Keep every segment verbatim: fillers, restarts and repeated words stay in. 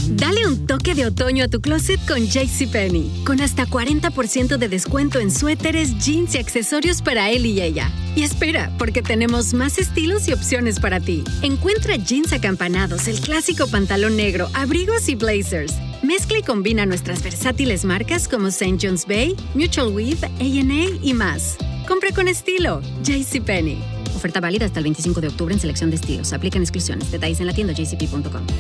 Dale un toque de otoño a tu closet con JCPenney, con hasta cuarenta por ciento de descuento en suéteres, jeans y accesorios para él y ella. Y espera, porque tenemos más estilos y opciones para ti. Encuentra jeans acampanados, el clásico pantalón negro, abrigos y blazers. Mezcla y combina nuestras versátiles marcas como Saint John's Bay, Mutual Weave, A and A y más. Compra con estilo. JCPenney. Oferta válida hasta el veinticinco de octubre en selección de estilos. Aplican exclusiones. Detalles en la tienda j c p punto com.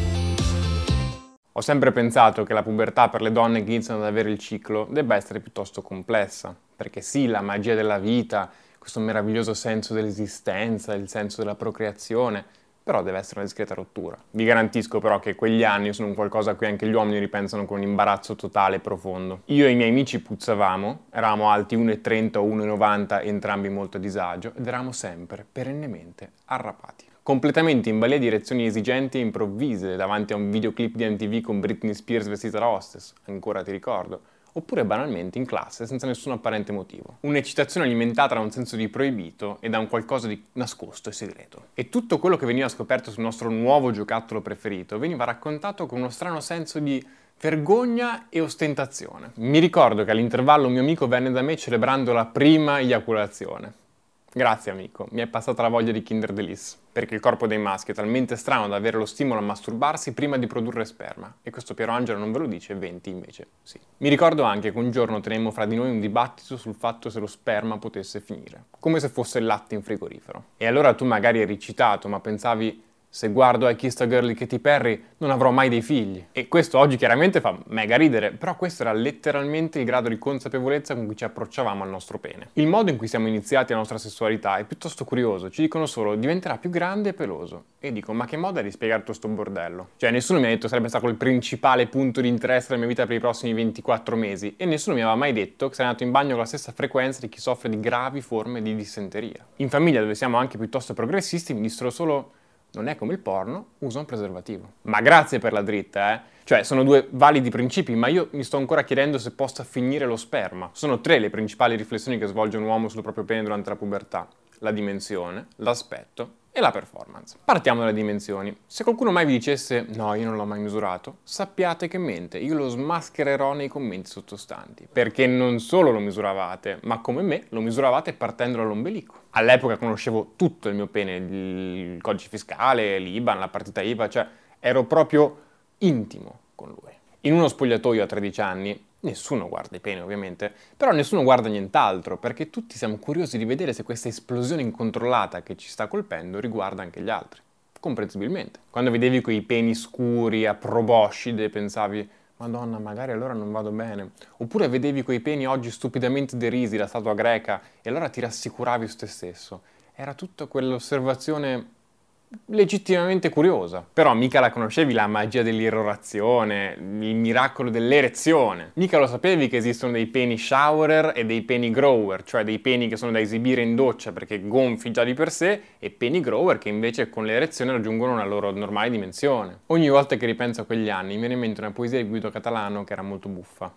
Ho sempre pensato che la pubertà per le donne che iniziano ad avere il ciclo debba essere piuttosto complessa, perché sì, la magia della vita, questo meraviglioso senso dell'esistenza, il senso della procreazione, però deve essere una discreta rottura. Vi garantisco però che quegli anni sono un qualcosa a cui anche gli uomini ripensano con un imbarazzo totale e profondo. Io e i miei amici puzzavamo, eravamo alti uno e trenta o uno e novanta, entrambi molto a disagio, ed eravamo sempre, perennemente, arrapati. Completamente in balia di reazioni esigenti e improvvise davanti a un videoclip di M T V con Britney Spears vestita da hostess, ancora ti ricordo, oppure banalmente in classe senza nessun apparente motivo. Un'eccitazione alimentata da un senso di proibito e da un qualcosa di nascosto e segreto. E tutto quello che veniva scoperto sul nostro nuovo giocattolo preferito veniva raccontato con uno strano senso di vergogna e ostentazione. Mi ricordo che all'intervallo un mio amico venne da me celebrando la prima eiaculazione. Grazie amico, mi è passata la voglia di Kinder Delice, perché il corpo dei maschi è talmente strano da avere lo stimolo a masturbarsi prima di produrre sperma, e questo Piero Angelo non ve lo dice, venti invece sì. Mi ricordo anche che un giorno tenemmo fra di noi un dibattito sul fatto se lo sperma potesse finire, come se fosse il latte in frigorifero. E allora tu magari eri eccitato, ma pensavi: se guardo I Kissed a Girl di Katy Perry non avrò mai dei figli. E questo oggi chiaramente fa mega ridere, però questo era letteralmente il grado di consapevolezza con cui ci approcciavamo al nostro pene. Il modo in cui siamo iniziati la nostra sessualità è piuttosto curioso, ci dicono solo diventerà più grande e peloso. E dico, ma che modo è di spiegare tutto sto bordello? Cioè nessuno mi ha detto sarebbe stato il principale punto di interesse della mia vita per i prossimi ventiquattro mesi, e nessuno mi aveva mai detto che sarei andato in bagno con la stessa frequenza di chi soffre di gravi forme di dissenteria. In famiglia, dove siamo anche piuttosto progressisti, mi dissero solo: non è come il porno, usa un preservativo. Ma grazie per la dritta, eh? Cioè, sono due validi principi, ma io mi sto ancora chiedendo se possa finire lo sperma. Sono tre le principali riflessioni che svolge un uomo sul proprio pene durante la pubertà: la dimensione, l'aspetto e la performance. Partiamo dalle dimensioni. Se qualcuno mai vi dicesse no, io non l'ho mai misurato, sappiate che mente, io lo smaschererò nei commenti sottostanti, perché non solo lo misuravate, ma come me lo misuravate partendo dall'ombelico. All'epoca conoscevo tutto il mio pene, il codice fiscale, l'I B A N, la partita I V A, cioè ero proprio intimo con lui. In uno spogliatoio a tredici anni nessuno guarda i peni, ovviamente, però nessuno guarda nient'altro, perché tutti siamo curiosi di vedere se questa esplosione incontrollata che ci sta colpendo riguarda anche gli altri. Comprensibilmente. Quando vedevi quei peni scuri a proboscide pensavi: Madonna, magari allora non vado bene. Oppure vedevi quei peni oggi stupidamente derisi da statua greca e allora ti rassicuravi su te stesso. Era tutta quell'osservazione legittimamente curiosa. Però mica la conoscevi la magia dell'irrorazione, il miracolo dell'erezione. Mica lo sapevi che esistono dei peni showerer e dei peni grower, cioè dei peni che sono da esibire in doccia perché gonfi già di per sé, e peni grower che invece con l'erezione raggiungono una loro normale dimensione. Ogni volta che ripenso a quegli anni mi viene in mente una poesia di Guido Catalano che era molto buffa.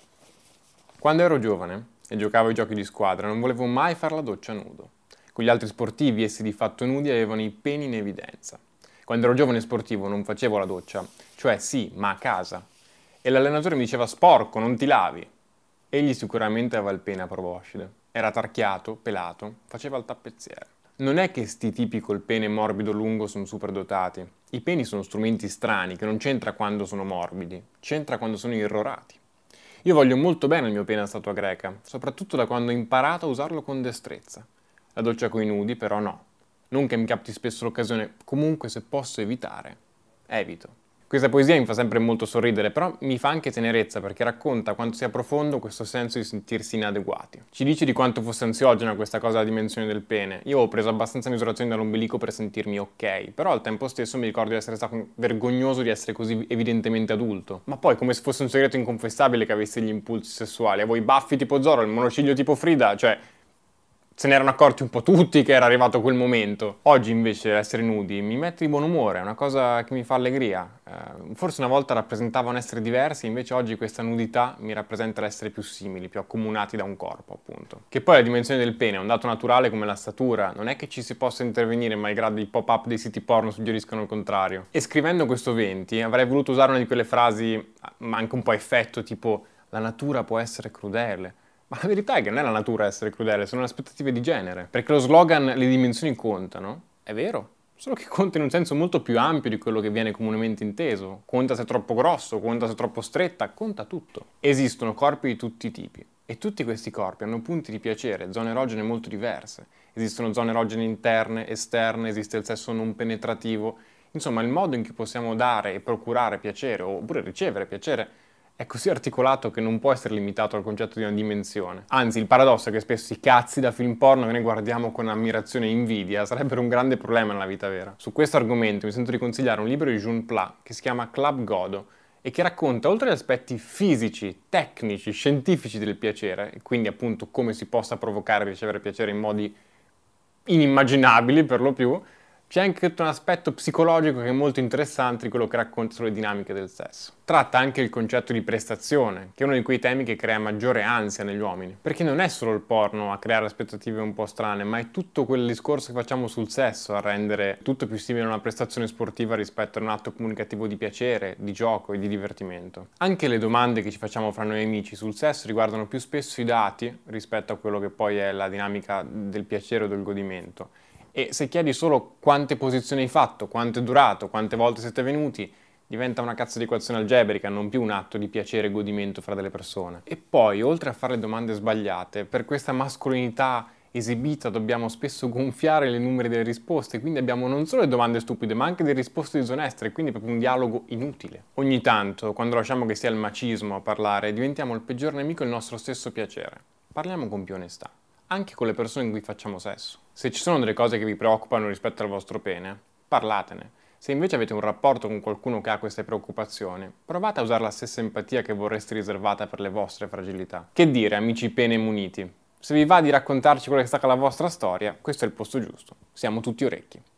Quando ero giovane e giocavo ai giochi di squadra non volevo mai far la doccia nudo. Con gli altri sportivi, essi di fatto nudi, avevano i peni in evidenza. Quando ero giovane sportivo non facevo la doccia, cioè sì, ma a casa. E l'allenatore mi diceva: sporco, non ti lavi. Egli sicuramente aveva il pene a proboscide. Era tarchiato, pelato, faceva il tappezziere. Non è che sti tipi col pene morbido lungo sono superdotati. I peni sono strumenti strani, che non c'entra quando sono morbidi, c'entra quando sono irrorati. Io voglio molto bene il mio pene a statua greca, soprattutto da quando ho imparato a usarlo con destrezza. La doccia coi nudi, però no. Non che mi capiti spesso l'occasione, comunque se posso evitare, evito. Questa poesia mi fa sempre molto sorridere, però mi fa anche tenerezza perché racconta quanto sia profondo questo senso di sentirsi inadeguati. Ci dice di quanto fosse ansiogena questa cosa della dimensione del pene. Io ho preso abbastanza misurazioni dall'ombelico per sentirmi ok, però al tempo stesso mi ricordo di essere stato vergognoso di essere così evidentemente adulto. Ma poi come se fosse un segreto inconfessabile che avessi gli impulsi sessuali. Avevo i baffi tipo Zorro, il monociglio tipo Frida, cioè se ne erano accorti un po' tutti che era arrivato quel momento. Oggi invece essere nudi mi mette di buon umore, è una cosa che mi fa allegria. Eh, forse una volta rappresentavano essere diversi, invece oggi questa nudità mi rappresenta l'essere più simili, più accomunati da un corpo, appunto. Che poi la dimensione del pene è un dato naturale come la statura, non è che ci si possa intervenire malgrado i pop-up dei siti porno suggeriscono il contrario. E scrivendo questo venti avrei voluto usare una di quelle frasi, ma anche un po' a effetto, tipo la natura può essere crudele. Ma la verità è che non è la natura a essere crudele, sono le aspettative di genere. Perché lo slogan "le dimensioni contano" è vero, solo che conta in un senso molto più ampio di quello che viene comunemente inteso. Conta se è troppo grosso, conta se è troppo stretta, conta tutto. Esistono corpi di tutti i tipi e tutti questi corpi hanno punti di piacere, zone erogene molto diverse. Esistono zone erogene interne, esterne, esiste il sesso non penetrativo. Insomma, il modo in cui possiamo dare e procurare piacere, oppure ricevere piacere, è così articolato che non può essere limitato al concetto di una dimensione. Anzi, il paradosso è che spesso i cazzi da film porno che noi guardiamo con ammirazione e invidia sarebbero un grande problema nella vita vera. Su questo argomento mi sento di consigliare un libro di June Pla che si chiama Club Godo e che racconta, oltre agli aspetti fisici, tecnici, scientifici del piacere, e quindi appunto come si possa provocare e ricevere piacere in modi inimmaginabili per lo più, c'è anche tutto un aspetto psicologico che è molto interessante di quello che racconta sulle dinamiche del sesso. Tratta anche il concetto di prestazione, che è uno di quei temi che crea maggiore ansia negli uomini. Perché non è solo il porno a creare aspettative un po' strane, ma è tutto quel discorso che facciamo sul sesso a rendere tutto più simile a una prestazione sportiva rispetto a un atto comunicativo di piacere, di gioco e di divertimento. Anche le domande che ci facciamo fra noi amici sul sesso riguardano più spesso i dati rispetto a quello che poi è la dinamica del piacere o del godimento. E se chiedi solo quante posizioni hai fatto, quanto è durato, quante volte siete venuti, diventa una cazzo di equazione algebrica, non più un atto di piacere e godimento fra delle persone. E poi, oltre a fare le domande sbagliate, per questa mascolinità esibita dobbiamo spesso gonfiare le numeri delle risposte, quindi abbiamo non solo le domande stupide, ma anche delle risposte disoneste, quindi proprio un dialogo inutile. Ogni tanto, quando lasciamo che sia il macismo a parlare, diventiamo il peggior nemico del nostro stesso piacere. Parliamo con più onestà, anche con le persone in cui facciamo sesso. Se ci sono delle cose che vi preoccupano rispetto al vostro pene, parlatene. Se invece avete un rapporto con qualcuno che ha queste preoccupazioni, provate a usare la stessa empatia che vorreste riservata per le vostre fragilità. Che dire, amici pene muniti? Se vi va di raccontarci quella che è stata la vostra storia, questo è il posto giusto. Siamo tutti orecchi.